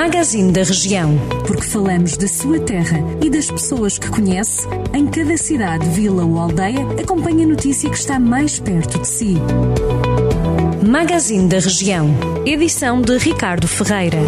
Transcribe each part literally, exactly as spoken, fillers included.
Magazine da Região. Porque falamos da sua terra e das pessoas que conhece, em cada cidade, vila ou aldeia, acompanhe a notícia que está mais perto de si. Magazine da Região. Edição de Ricardo Ferreira.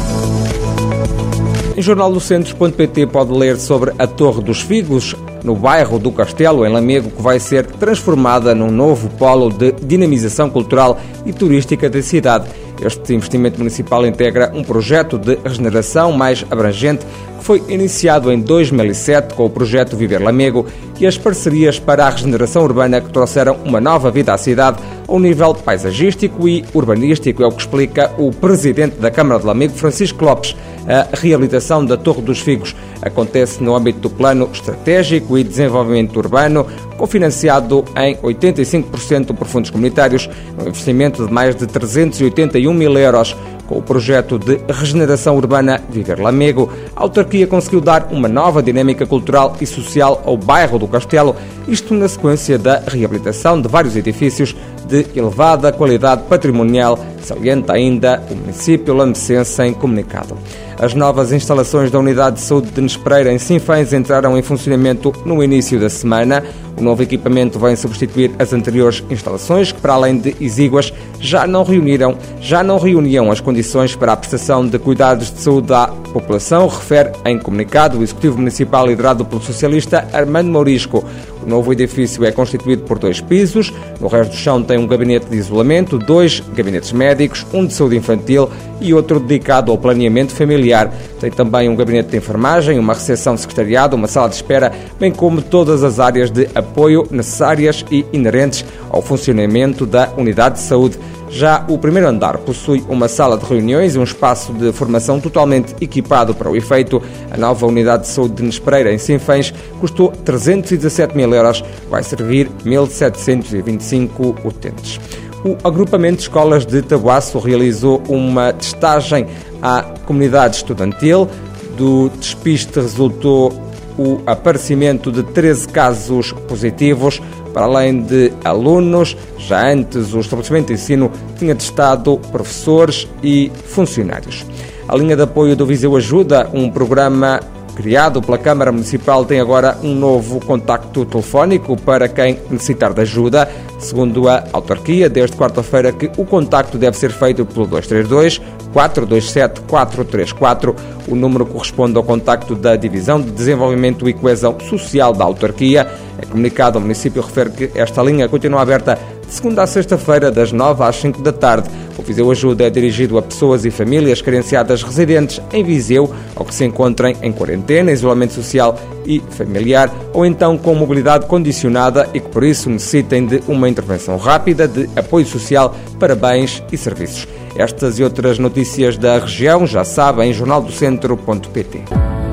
Em jornal do centro ponto pt pode ler sobre a Torre dos Figos, no bairro do Castelo, em Lamego, que vai ser transformada num novo polo de dinamização cultural e turística da cidade. Este investimento municipal integra um projeto de regeneração mais abrangente que foi iniciado em dois mil e sete com o projeto Viver Lamego e as parcerias para a regeneração urbana que trouxeram uma nova vida à cidade ao nível paisagístico e urbanístico, é o que explica o presidente da Câmara de Lamego, Francisco Lopes. A reabilitação da Torre dos Figos acontece no âmbito do Plano Estratégico e Desenvolvimento Urbano, cofinanciado em oitenta e cinco por cento por fundos comunitários, um investimento de mais de trezentos e oitenta e um mil euros. Com o projeto de regeneração urbana Viver Lamego, a autarquia conseguiu dar uma nova dinâmica cultural e social ao bairro do Castelo, isto na sequência da reabilitação de vários edifícios de elevada qualidade patrimonial, salienta ainda o município lamecense em comunicado. As novas instalações da Unidade de Saúde de Nespereira, em Sinfãs, entraram em funcionamento no início da semana. O novo equipamento vem substituir as anteriores instalações, que, para além de exíguas, já não reuniram, já não reuniam as condições para a prestação de cuidados de saúde à população, refere em comunicado o Executivo Municipal liderado pelo socialista Armando Mourisco. O novo edifício é constituído por dois pisos. No resto do chão tem um gabinete de isolamento, dois gabinetes médicos, um de saúde infantil e outro dedicado ao planeamento familiar. Tem também um gabinete de enfermagem, uma recepção de secretariado, uma sala de espera, bem como todas as áreas de apoio necessárias e inerentes ao funcionamento da unidade de saúde. Já o primeiro andar possui uma sala de reuniões e um espaço de formação totalmente equipado para o efeito. A nova unidade de saúde de Nespereira, em Sinfãs, custou trezentos e dezassete mil euros, vai servir mil setecentos e vinte e cinco utentes. O agrupamento de escolas de Tabuaço realizou uma testagem à comunidade estudantil. Do despiste resultou o aparecimento de treze casos positivos. Para além de alunos, já antes o estabelecimento de ensino tinha testado professores e funcionários. A linha de apoio do Viseu Ajuda, um programa criado pela Câmara Municipal, tem agora um novo contacto telefónico para quem necessitar de ajuda. Segundo a autarquia, desde quarta-feira que o contacto deve ser feito pelo dois três dois, quatro dois sete, quatro três quatro. O número corresponde ao contacto da Divisão de Desenvolvimento e Coesão Social da autarquia. É comunicado, o município refere que esta linha continua aberta de segunda a sexta-feira, das nove às cinco da tarde. O Viseu Ajuda é dirigido a pessoas e famílias carenciadas residentes em Viseu ou que se encontrem em quarentena, isolamento social e familiar, ou então com mobilidade condicionada e que por isso necessitem de uma intervenção rápida de apoio social para bens e serviços. Estas e outras notícias da região já sabem em jornal do centro ponto pt.